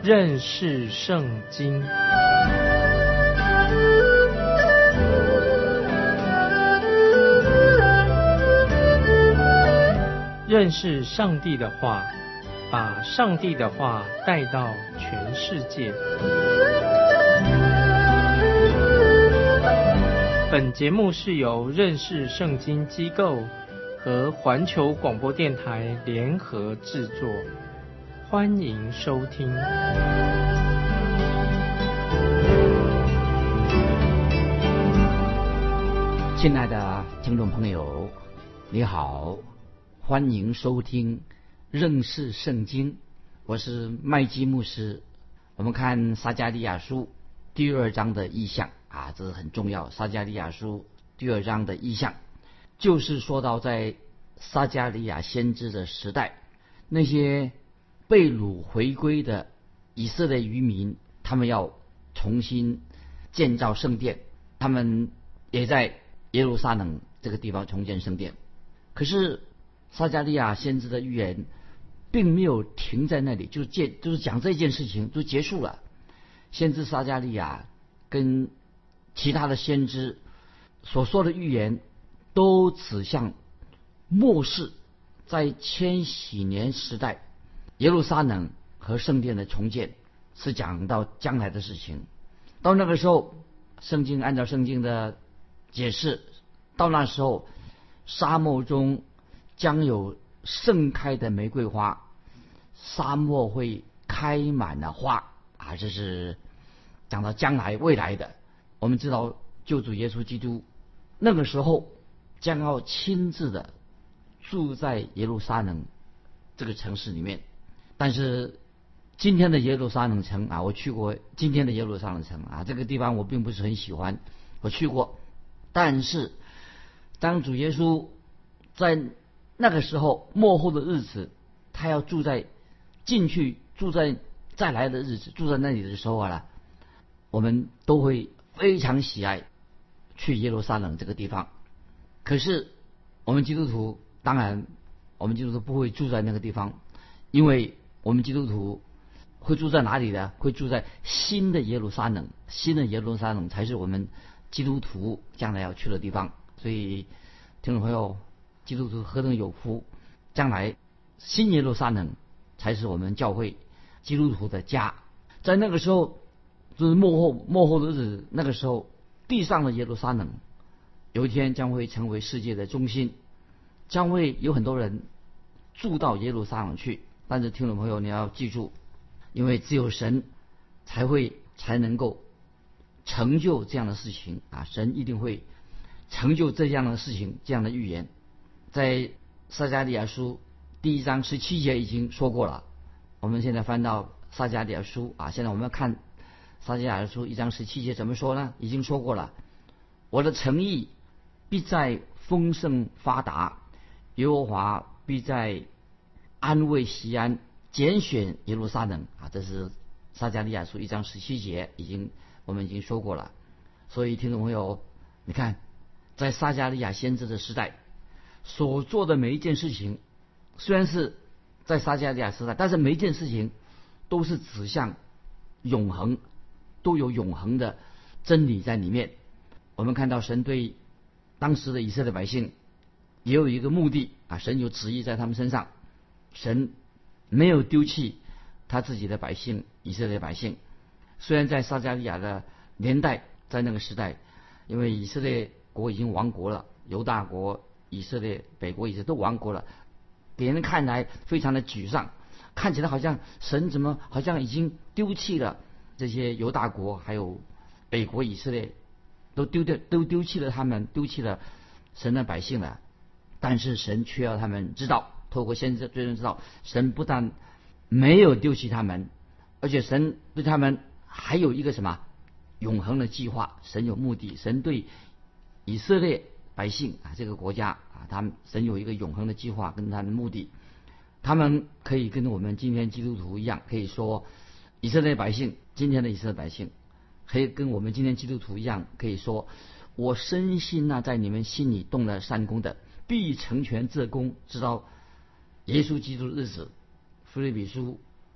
认识圣经。认识上帝的话，把上帝的话带到全世界。本节目是由认识圣经机构和环球广播电台联合制作，欢迎收听。 亲爱的听众朋友，你好，欢迎收听认识圣经，我是麦基牧师。我们看撒迦利亚书第2章的意象啊，这是很重要。撒迦利亚书第2章的意象，就是说到在撒迦利亚先知的时代，那些被掳回归的以色列渔民，他们要重新建造圣殿，他们也在耶路撒冷这个地方重建圣殿。可是撒迦利亚先知的预言并没有停在那里，就是讲这件事情就结束了。先知撒迦利亚跟其他的先知所说的预言都指向末世，在千禧年时代耶路撒冷和圣殿的重建，是讲到将来的事情。到那个时候，圣经按照圣经的解释，到那时候沙漠中将有盛开的玫瑰花，沙漠会开满了花啊，这是讲到将来未来的。我们知道救主耶稣基督那个时候将要亲自的住在耶路撒冷这个城市里面。但是今天的耶路撒冷城啊，我去过今天的耶路撒冷城啊，这个地方我并不是很喜欢，我去过。但是当主耶稣在那个时候末后的日子，他要进去住在再来的日子，住在那里的时候啊，我们都会非常喜爱去耶路撒冷这个地方。可是我们基督徒，当然我们基督徒不会住在那个地方，因为我们基督徒会住在哪里呢？会住在新的耶路撒冷，新的耶路撒冷才是我们基督徒将来要去的地方。所以听众朋友，基督徒何等有福，将来新耶路撒冷才是我们教会基督徒的家。在那个时候，就是末后的日子，那个时候地上的耶路撒冷有一天将会成为世界的中心，将会有很多人住到耶路撒冷去。但是听众朋友，你要记住，因为只有神才能够成就这样的事情啊！神一定会成就这样的事情，这样的预言。在撒迦利亚书第1章17节已经说过了。我们现在翻到撒迦利亚书啊，现在我们要看撒迦利亚书1章17节怎么说呢？已经说过了，我的诚意必在丰盛发达，耶和华必在安慰西安，拣选耶路撒冷啊，这是撒迦利亚书1章17节我们已经说过了。所以听众朋友，你看在撒迦利亚先知的时代所做的每一件事情，虽然是在撒迦利亚时代，但是每一件事情都是指向永恒，都有永恒的真理在里面。我们看到神对当时的以色列百姓也有一个目的啊，神有旨意在他们身上，神没有丢弃他自己的百姓以色列百姓。虽然在撒迦利亚的年代，在那个时代，因为以色列国已经亡国了，犹大国、以色列、北国以色列都亡国了，给人看来非常的沮丧，看起来好像神怎么好像已经丢弃了这些犹大国还有北国以色列，都丢弃了他们，丢弃了神的百姓了。但是神却要他们知道，透过先知最终知道，神不但没有丢弃他们，而且神对他们还有一个什么永恒的计划，神有目的。神对以色列百姓啊这个国家啊，神有一个永恒的计划跟他的目的。他们可以跟我们今天基督徒一样，可以说以色列百姓，今天的以色列百姓可以跟我们今天基督徒一样，可以说我深信在你们心里动了善功的，必成全这功，直到耶稣基督的日子。腓立比书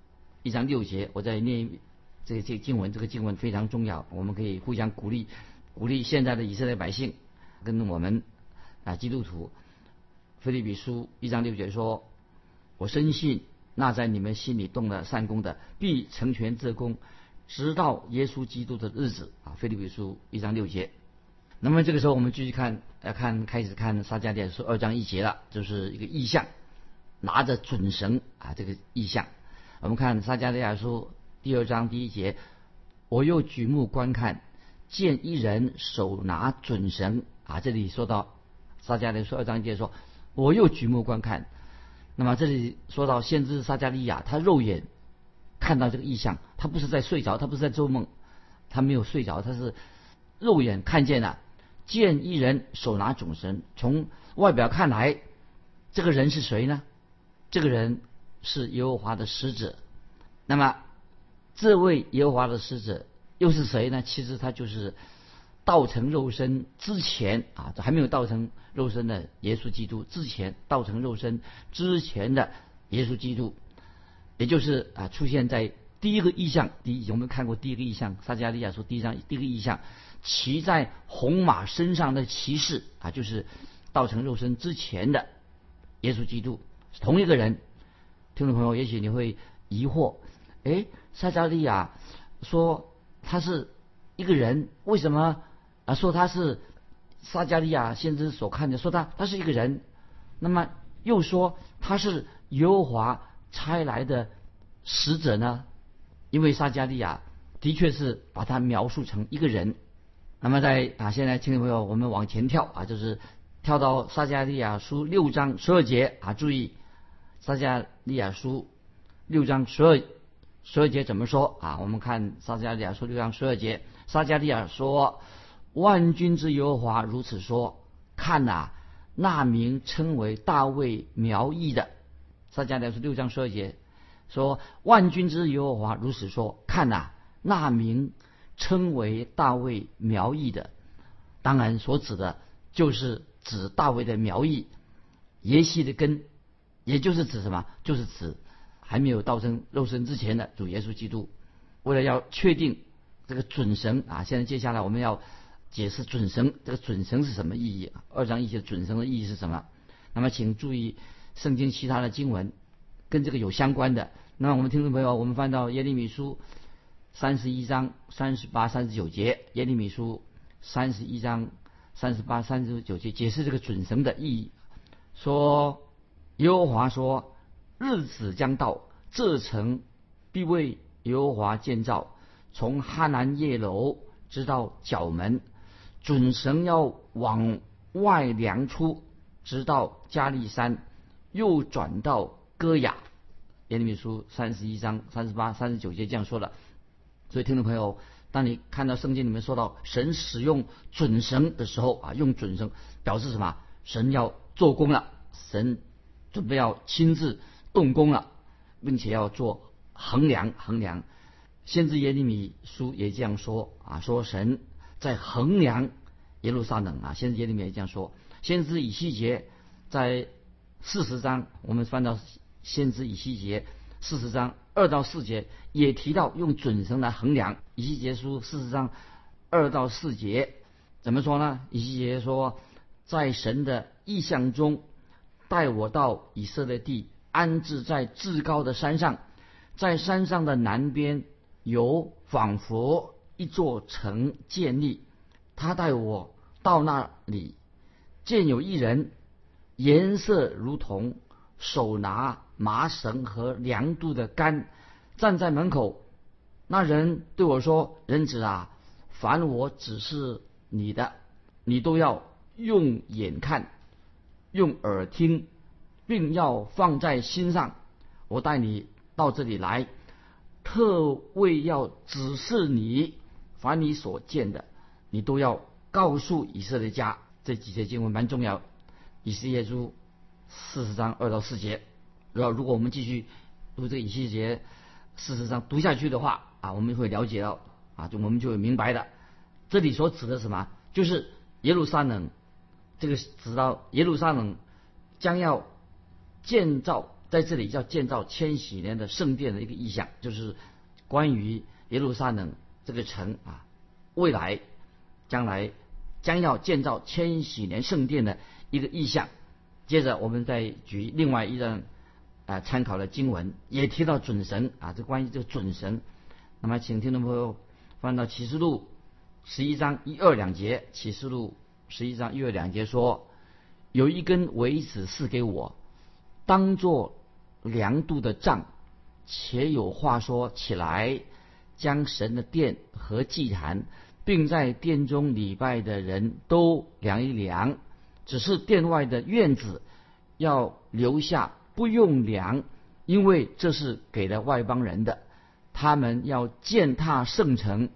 1章6节，我再念这经文，这个经文非常重要，我们可以互相鼓励现在的以色列百姓跟我们基督徒。腓立比书1章6节说，我深信那在你们心里动了善功的，必成全这功，直到耶稣基督的日子。腓立比书1章6节。那么这个时候我们继续开始看撒迦利亚书2章1节了，就是一个异象，拿着准绳这个异象。我们看撒迦利亚书第2章第1节，我又举目观看，见一人手拿准绳。这里说到撒迦利亚书2章1节说，我又举目观看。那么这里说到先知撒迦利亚，他肉眼看到这个异象，他不是在睡着，他不是在做梦，他没有睡着，他是肉眼看见了，见一人手拿准绳。从外表看来，这个人是谁呢？这个人是耶和华的使者。那么这位耶和华的使者又是谁呢？其实他就是道成肉身之前还没有道成肉身的耶稣基督之前，道成肉身之前的耶稣基督，也就是出现在第一个异象。我们看过第一个异象，撒迦利亚书第一个异象，骑在红马身上的骑士就是道成肉身之前的耶稣基督，同一个人。听众朋友，也许你会疑惑，撒迦利亚说他是一个人，为什么说他是撒迦利亚先知所看的，说他是一个人，那么又说他是耶和华差来的使者呢？因为撒迦利亚的确是把他描述成一个人。那么现在听众朋友，我们往前跳就是跳到撒迦利亚书6章12节注意撒迦利亚书6章12节怎么说我们看撒迦利亚书6章12节，撒迦利亚说，万军之耶和华如此说，看那名称为大卫苗裔的。撒迦利亚书6章12节说，万军之耶和华如此说，看那名称为大卫苗裔的。当然所指的就是指大卫的苗裔，耶西的根，也就是指什么？就是指还没有道成肉身之前的主耶稣基督。为了要确定这个准绳现在接下来我们要解释准绳，这个准绳是什么意义？2章1节准绳的意义是什么？那么请注意圣经其他的经文跟这个有相关的。那么我们听众朋友，我们翻到耶利米书31章38、39节，耶利米书31章38、39节解释这个准绳的意义，说耶和华说，日子将到，这城必为耶和华建造，从哈南叶楼直到角门，准绳要往外量出，直到加利山，又转到歌雅。耶利米书31章38、39节这样说的。所以听众朋友，当你看到圣经里面说到神使用准绳的时候用准绳表示什么？神要做工了，神准备要亲自动工了，并且要做衡量。先知耶利米书也这样说说神在衡量耶路撒冷先知耶利米也这样说。先知以西结在40章，我们翻到先知以西结40章2到4节也提到用准绳来衡量。以西结书40章2到4节怎么说呢？以西结说，在神的意象中带我到以色列地，安置在至高的山上，在山上的南边有仿佛一座城建立。他带我到那里，见有一人，颜色如铜，手拿麻绳和量度的杆，站在门口。那人对我说，人子凡我指示你的，你都要用眼看，用耳听，并要放在心上。我带你到这里来，特为要指示你，凡你所见的，你都要告诉以色列家。这几节经文蛮重要。以西结书40章2到4节。如果我们继续读这个以西结40章读下去的话我们会了解到我们就会明白的。这里所指的什么？就是耶路撒冷，这个指到耶路撒冷将要建造在这里要建造千禧年的圣殿的一个意象，就是关于耶路撒冷这个城未来将来将要建造千禧年圣殿的一个意象。接着我们再举另外一段参考的经文，也提到准神这关于这个准神。那么请听众朋友翻到启示录11章1、2、2节，启示录11章1、2、2节说，有一根苇子赐给我，当作量度的杖，且有话说，起来，将神的殿和祭坛，并在殿中礼拜的人都量一量，只是殿外的院子要留下，不用量，因为这是给了外邦人的，他们要践踏圣城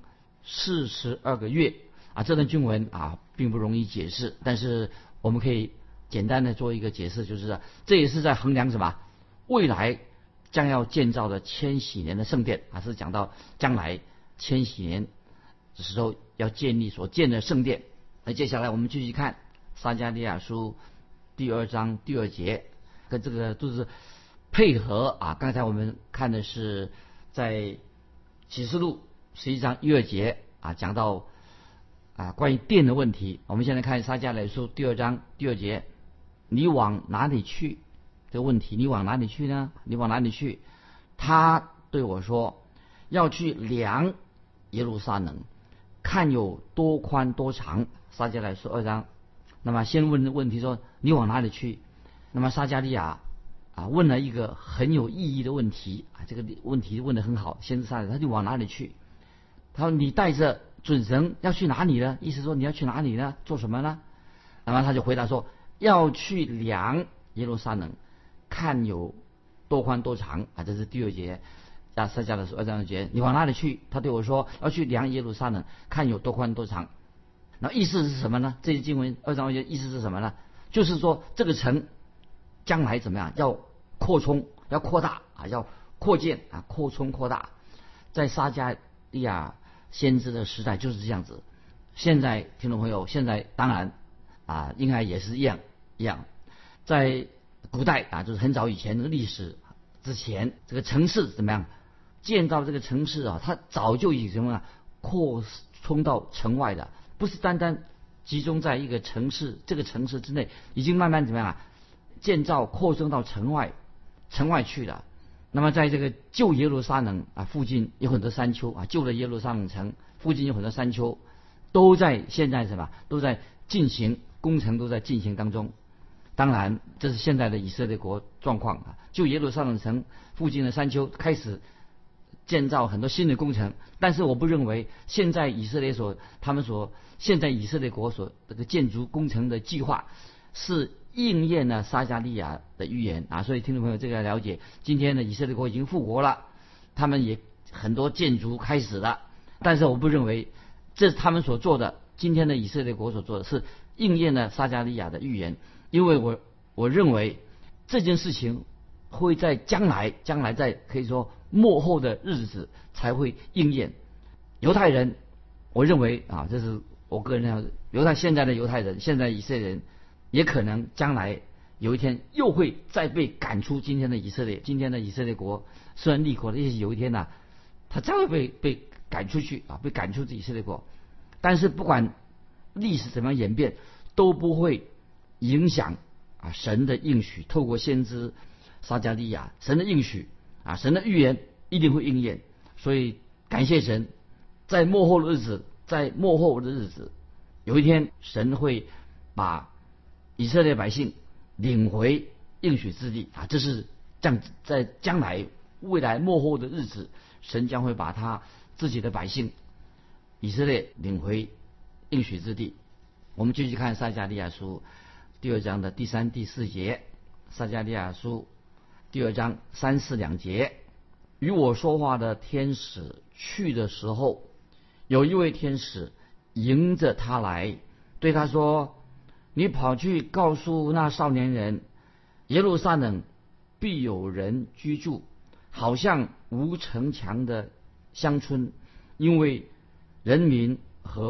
42个月这段经文并不容易解释，但是我们可以简单的做一个解释，就是这也是在衡量什么？未来将要建造的千禧年的圣殿是讲到将来千禧年的时候要建立所建的圣殿。那接下来我们继续看撒迦利亚书第2章第2节，跟这个都是配合刚才我们看的是在启示录11章1、2节讲到关于殿的问题。我们现在看撒迦利亚书第2章第2节，你往哪里去？这个问题，你往哪里去呢？你往哪里去？他对我说，要去量耶路撒冷，看有多宽多长。撒迦利亚书2章。那么先问的问题说，你往哪里去？那么撒迦利亚问了一个很有意义的问题这个问题问得很好。先知撒迦利亚他就往哪里去？他说，你带着准绳要去哪里呢？意思说你要去哪里呢？做什么呢？那么他就回答说，要去量耶路撒冷，看有多宽多长这是第2节。撒迦利亚书2章2节，你往哪里去？他对我说，要去量耶路撒冷，看有多宽多长。那意思是什么呢？这些经文2章2节意思是什么呢？就是说这个城将来怎么样？要扩充，要扩大要扩建扩充扩大。在撒迦利亚先知的时代就是这样子。现在听众朋友，现在当然应该也是一样。在古代就是很早以前的历史之前，这个城市怎么样建造？这个城市它早就已经扩充到城外的，不是单单集中在一个城市，这个城市之内，已经慢慢怎么样建造扩充到城外去了。那么在这个旧耶路撒冷附近有很多山丘旧的耶路撒冷城附近有很多山丘，都在现在都在进行工程，都在进行当中。当然这是现在的以色列国状况旧耶路撒冷城附近的山丘开始建造很多新的工程，但是我不认为现在以色列现在以色列国所这个建筑工程的计划是应验了撒迦利亚的预言所以听众朋友这个要了解，今天的以色列国已经复国了，他们也很多建筑开始了，但是我不认为这是他们所做的，今天的以色列国所做的是应验了撒迦利亚的预言。因为我认为这件事情会在将来在可以说末后的日子才会应验。犹太人，我认为这是我个人认为，现在的犹太人，现在以色列人也可能将来有一天又会再被赶出今天的以色列。今天的以色列国虽然立国了，也许有一天他将会被赶出去被赶出以色列国。但是不管历史怎么样演变，都不会影响神的应许，透过先知撒迦利亚，神的应许神的预言一定会应验。所以感谢神，在末后的日子，有一天神会把以色列百姓领回应许之地这是在将来未来末后的日子，神将会把他自己的百姓以色列领回应许之地。我们继续看撒迦利亚书第2章的第3、第4节。撒迦利亚书第2章3、4、2节，与我说话的天使去的时候，有一位天使迎着他来，对他说，你跑去告诉那少年人，耶路撒冷必有人居住，好像无城墙的乡村，因为人民和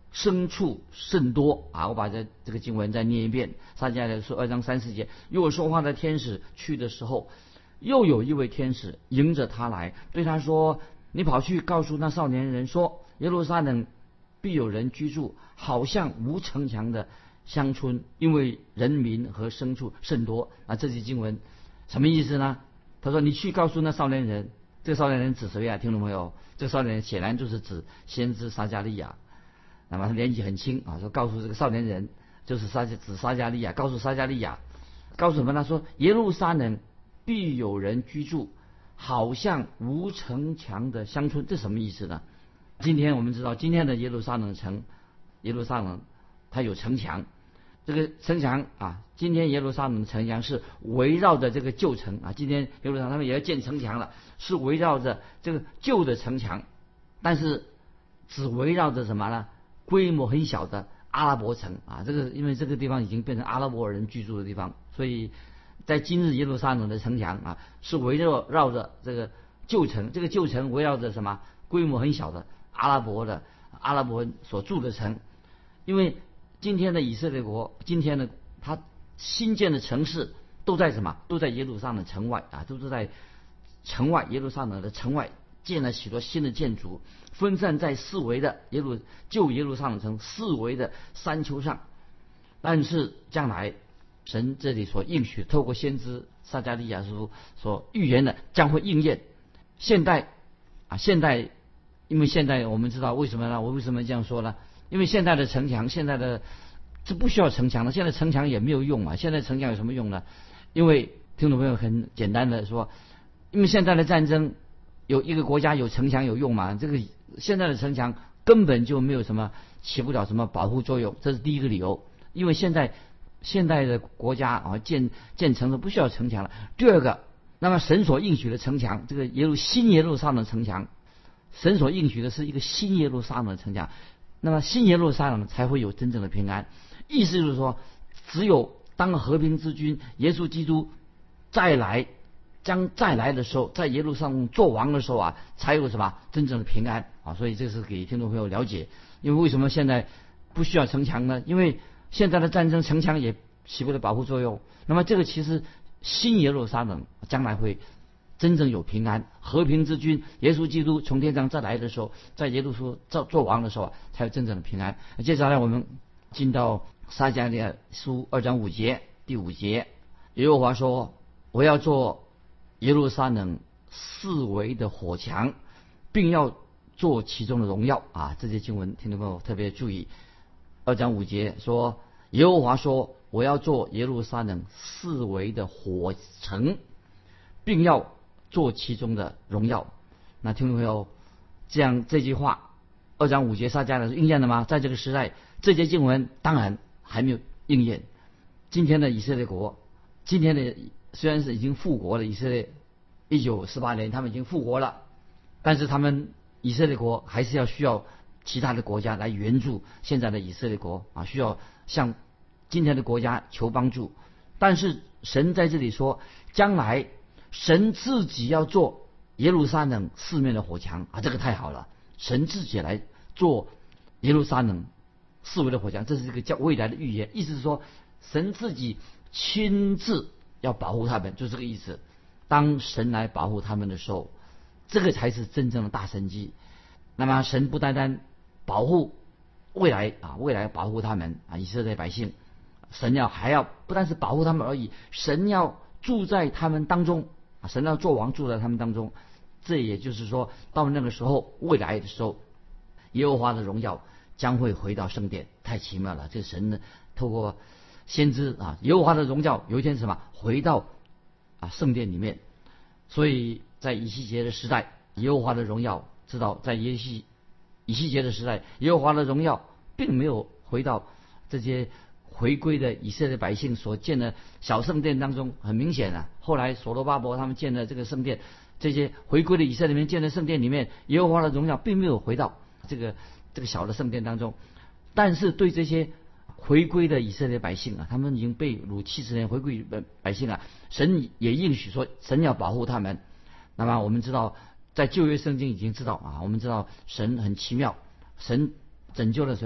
牲畜甚多啊！我把这个经文再念一遍，撒迦利亚书2章3、4节。与我说话的天使去的时候，又有一位天使迎着他来，对他说：你跑去告诉那少年人说，耶路撒冷必有人居住，好像无城墙的乡村，因为人民和牲畜甚多。啊，这节经文什么意思呢？他说：你去告诉那少年人。这个少年人指谁啊？听众朋友，这个少年人显然就是指先知撒迦利亚。那么他年纪很轻啊，说告诉这个少年人，就是指撒迦利亚，告诉撒迦利亚，告诉什么呢？说耶路撒冷必有人居住，好像无城墙的乡村。这什么意思呢？今天我们知道，今天的耶路撒冷城，耶路撒冷它有城墙。这个城墙啊，今天耶路撒冷的城墙是围绕着这个旧城啊。今天耶路撒冷他们也要建城墙了，是围绕着这个旧的城墙，但是只围绕着什么呢？规模很小的阿拉伯城啊。这个因为这个地方已经变成阿拉伯人居住的地方，所以在今日耶路撒冷的城墙啊，是围绕着这个旧城。这个旧城围绕着什么？规模很小的阿拉伯人所住的城。因为今天的以色列国，今天的他新建的城市都在什么？都在耶路撒冷城外啊，都是在城外，耶路撒冷的城外建了许多新的建筑，分散在四围的旧耶路撒冷城四围的山丘上。但是将来神这里所应许，透过先知撒迦利亚书所预言的，将会应验。现代，因为现代我们知道为什么呢？我为什么这样说呢？因为现在的城墙，现在的这不需要城墙了，现在城墙也没有用啊。现在城墙有什么用呢？因为听众朋友很简单的说，因为现在的战争，有一个国家有城墙有用吗？这个现在的城墙根本就没有什么，起不了什么保护作用，这是第一个理由。因为现在的国家啊，建城都不需要城墙了。第二个，那么神所应许的城墙，这个新耶路撒冷城墙，神所应许的是一个新耶路撒冷的城墙。那么新耶路撒冷才会有真正的平安。意思就是说，只有当和平之君耶稣基督将再来的时候，在耶路撒冷做王的时候啊，才有什么真正的平安啊。所以这是给听众朋友了解。因为为什么现在不需要城墙呢？因为现在的战争城墙也起不了保护作用。那么这个其实新耶路撒冷将来会真正有平安，和平之君耶稣基督从天上再来的时候，在耶路撒冷做王的时候啊，才有真正的平安。接下来我们进到撒迦利亚书2章5节，第5节，耶和华说：我要做耶路撒冷四围的火墙，并要做其中的荣耀啊。这些经文听众朋友特别注意。2章5节说，耶和华说：我要做耶路撒冷四围的火城，并要做其中的荣耀。那听众朋友，这句话2章5节撒迦利亚是应验了吗？在这个时代，这些经文当然还没有应验。今天的以色列国，今天的虽然是已经复国了，以色列1948年他们已经复国了，但是他们以色列国还是需要其他的国家来援助现在的以色列国啊，需要向今天的国家求帮助。但是神在这里说，将来神自己要做耶路撒冷四面的火墙啊，这个太好了！神自己来做耶路撒冷四围的火墙，这是一个叫未来的预言。意思是说，神自己亲自要保护他们，就这个意思。当神来保护他们的时候，这个才是真正的大神迹。那么神不单单保护未来保护他们啊，以色列百姓，神还要不但是保护他们而已，神要住在他们当中啊，神要做王住在他们当中。这也就是说，到那个时候，未来的时候，耶和华的荣耀将会回到圣殿，太奇妙了！这神呢，透过先知啊，耶和华的荣耀有一天是什么？回到圣殿里面。所以在以西结的时代，耶和华的荣耀，知道在以西结的时代，耶和华的荣耀并没有回到这些回归的以色列百姓所建的小圣殿当中。很明显啊，后来所罗巴伯他们建的这个圣殿，这些回归的以色列人建的圣殿里面，耶和华的荣耀并没有回到这个小的圣殿当中。但是对这些回归的以色列百姓啊，他们已经被掳70年回归的百姓啊，神也应许说，神要保护他们。那么我们知道，在旧约圣经已经知道啊，我们知道神很奇妙，神拯救了谁啊？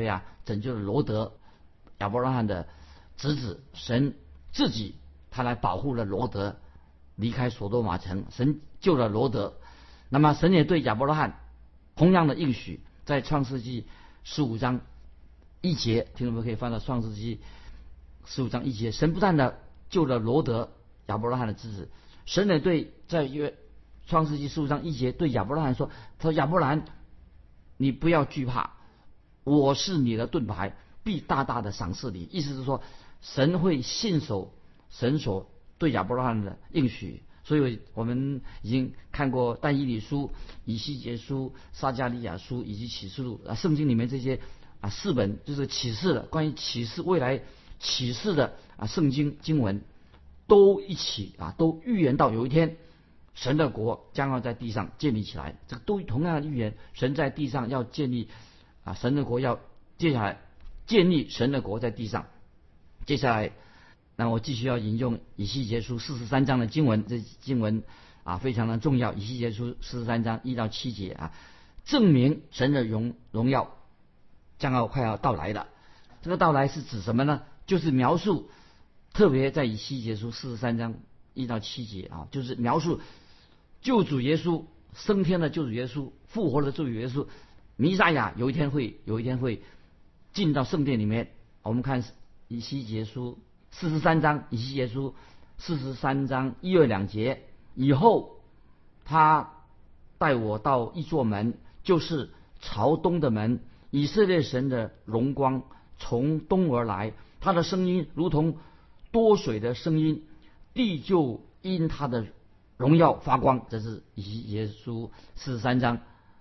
拯救了罗德，亚伯拉罕的侄子。神自己他来保护了罗德离开所多玛城，神救了罗德。那么神也对亚伯拉罕同样的应许，在创世纪15章1节，听众们可以翻到创世纪15章1节，神不但的救了罗德亚伯拉罕的侄子，神也对在创世纪15章1节对亚伯拉罕说，他说亚伯兰，你不要惧怕，我是你的盾牌，必大大的赏赐你。意思是说，神会信守神所对亚伯拉罕的应许。所以我们已经看过但以理书、以西结书、撒迦利亚书以及启示录圣经里面这些4本就是启示的关于启示未来启示的圣经经文，都一起都预言到有一天神的国将要在地上建立起来。这个都同样的预言，神在地上要建立神的国，要接下来建立神的国在地上。接下来那我继续要引用以西结书43章的经文，这经文非常的重要。以西结书43章1到7节证明神的荣耀将要快要到来了。这个到来是指什么呢？就是描述，特别在以西结书43章1到7节就是描述救主耶稣升天的救主耶稣，复活的救主耶稣，弥赛亚有一天会进到圣殿里面。我们看以西结书43章，以西结书43章1、2、2节，以后他带我到一座门，就是朝东的门，以色列神的荣光从东而来，他的声音如同多水的声音，地就因他的荣耀发光。这是以西结书43章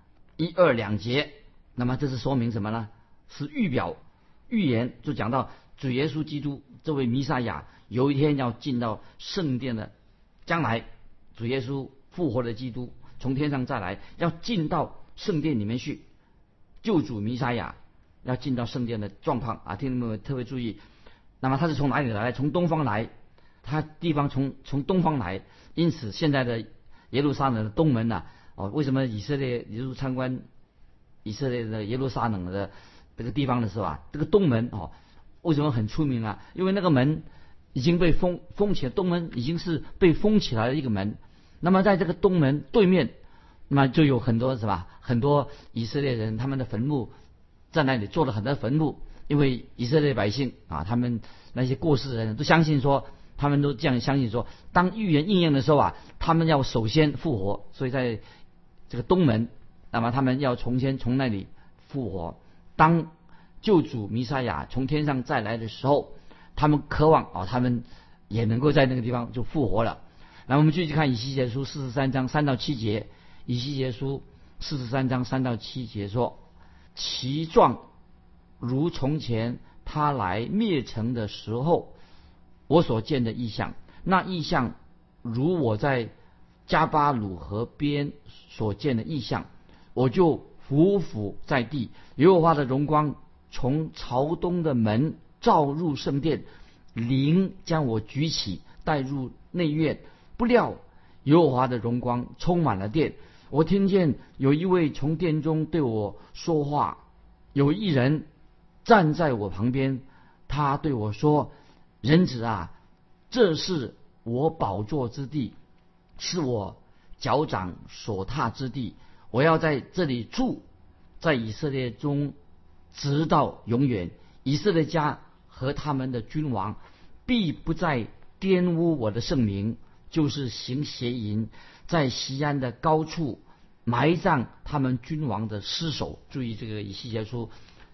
1、2、2节。那么这是说明什么呢？是预言，就讲到主耶稣基督这位弥赛亚有一天要进到圣殿的，将来主耶稣复活的基督从天上再来，要进到圣殿里面去。救主弥赛亚要进到圣殿的状况听众们特别注意。那么他是从哪里来？从东方来，他地方从东方来，因此现在的耶路撒冷的东门为什么以色列入参观以色列的耶路撒冷的这个地方的时候这个东门为什么很出名因为那个门已经被封起来，东门已经是被封起来的一个门。那么在这个东门对面，那么就有很多很多以色列人他们的坟墓，在那里做了很多坟墓。因为以色列百姓他们那些过世的人都相信说，他们都这样相信说，当预言应验的时候他们要首先复活。所以在这个东门，那么他们要从那里复活。当救主弥赛亚从天上再来的时候，他们渴望他们也能够在那个地方就复活了。然后我们继续看以西结书43章3到7节。以西结书43章3到7节说，其状如从前他来灭城的时候我所见的异象，那异象如我在加巴鲁河边所见的异象，我就匍匐在地。耶和华的荣光从朝东的门照入圣殿，灵将我举起带入内院，不料耶和华的荣光充满了殿。我听见有一位从殿中对我说话，有一人站在我旁边，他对我说，人子这是我宝座之地，是我脚掌所踏之地，我要在这里住，在以色列中直到永远。以色列家和他们的君王必不再玷污我的圣名，就是行邪淫，在锡安的高处埋葬他们君王的尸首。注意这个以西结书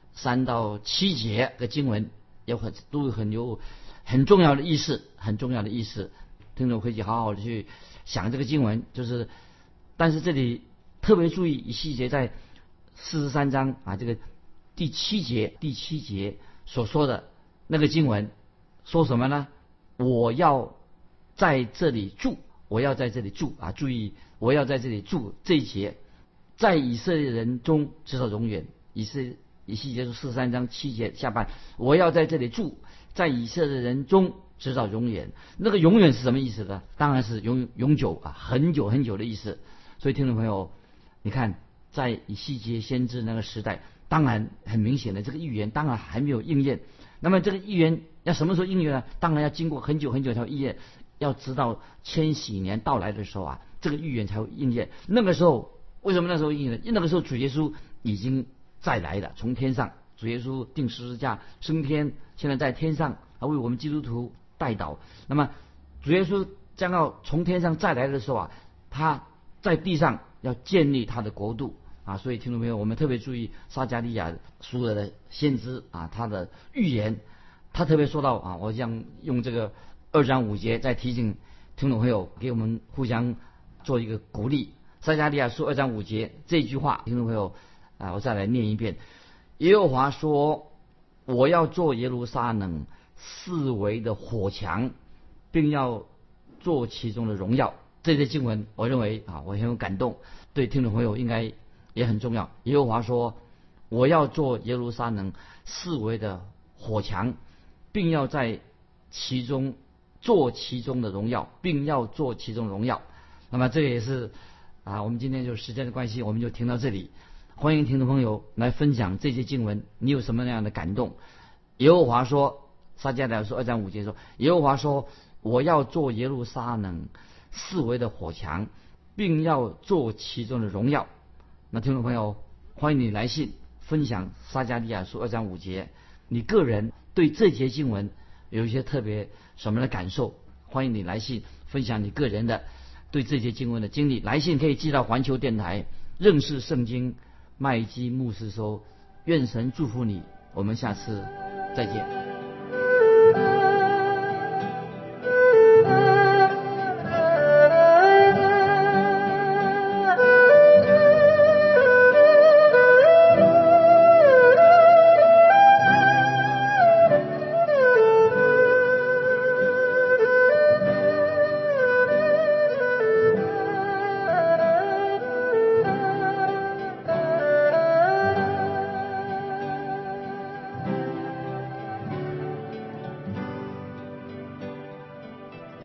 3到7节的经文都有很重要的意思，听众可以好好的去想这个经文。但是这里特别注意以西结在43章这个第七节所说的那个经文说什么呢？我要在这里住，注意我要在这里住这一节，在以色列人中直到永远。以西结书43章7节下半，我要在这里住，在以色列人中直到永远。那个永远是什么意思呢？当然是永久很久的意思。所以听众朋友，你看在以西结先知那个时代， 当然很明显的，这个预言当然还没有应验。那么这个预言要什么时候应验呢？当然要经过很久很久才会应验，要直到千禧年到来的时候啊，这个预言才会应验。那个时候为什么那时候应验呢？因为那个时候主耶稣已经再来了，从天上，主耶稣钉十字架升天，现在在天上为我们基督徒代祷。那么主耶稣将要从天上再来的时候啊，他在地上要建立他的国度啊。所以听众朋友，我们特别注意撒迦利亚书的先知啊，他的预言，他特别说到啊，我想用这个2章5节再提醒听众朋友，给我们互相做一个鼓励。撒迦利亚书2章5节这句话，听众朋友啊，我再来念一遍。耶和华说：我要做耶路撒冷四围的火墙，并要做其中的荣耀。这些经文我认为啊，我很有感动，对听众朋友应该也很重要。耶和华说：我要做耶路撒冷四围的火墙，并要在其中做其中的荣耀，并要做其中的荣耀。那么这个也是啊，我们今天就时间的关系，我们就听到这里。欢迎听众朋友来分享这些经文，你有什么样的感动？耶和华说，撒迦利亚书2章5节说，耶和华说：我要做耶路撒冷四围的火墙，并要做其中的荣耀。那听众朋友，欢迎你来信分享撒迦利亚书2章5节，你个人对这节经文有一些特别什么的感受？欢迎你来信分享你个人的对这节经文的经历。来信可以寄到环球电台认识圣经麦基牧师收。愿神祝福你，我们下次再见。